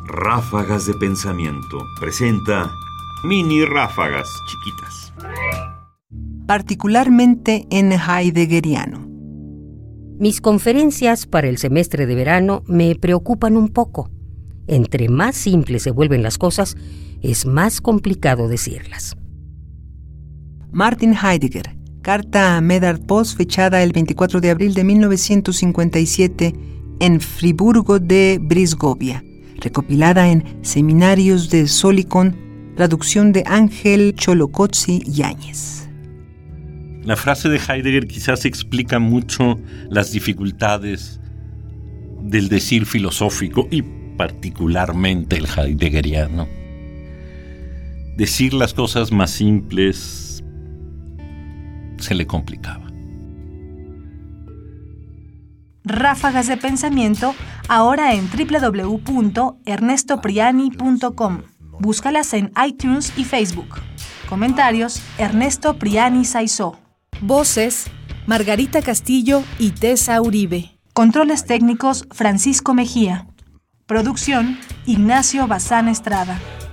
Ráfagas de Pensamiento presenta mini ráfagas chiquitas. Particularmente en heideggeriano. Mis conferencias para el semestre de verano me preocupan un poco. Entre más simples se vuelven las cosas, es más complicado decirlas. Martin Heidegger, carta a Medard Post fechada el 24 de abril de 1957 en Friburgo de Brisgovia, recopilada en Seminarios de Solicon, traducción de Ángel Cholocotzi Yáñez. La frase de Heidegger quizás explica mucho las dificultades del decir filosófico y particularmente el heideggeriano. Decir las cosas más simples se le complicaba. Ráfagas de Pensamiento, ahora en www.ernestopriani.com. Búscalas en iTunes y Facebook. Comentarios: Ernesto Priani Saizó. Voces: Margarita Castillo y Tessa Uribe. Controles técnicos: Francisco Mejía. Producción: Ignacio Bazán Estrada.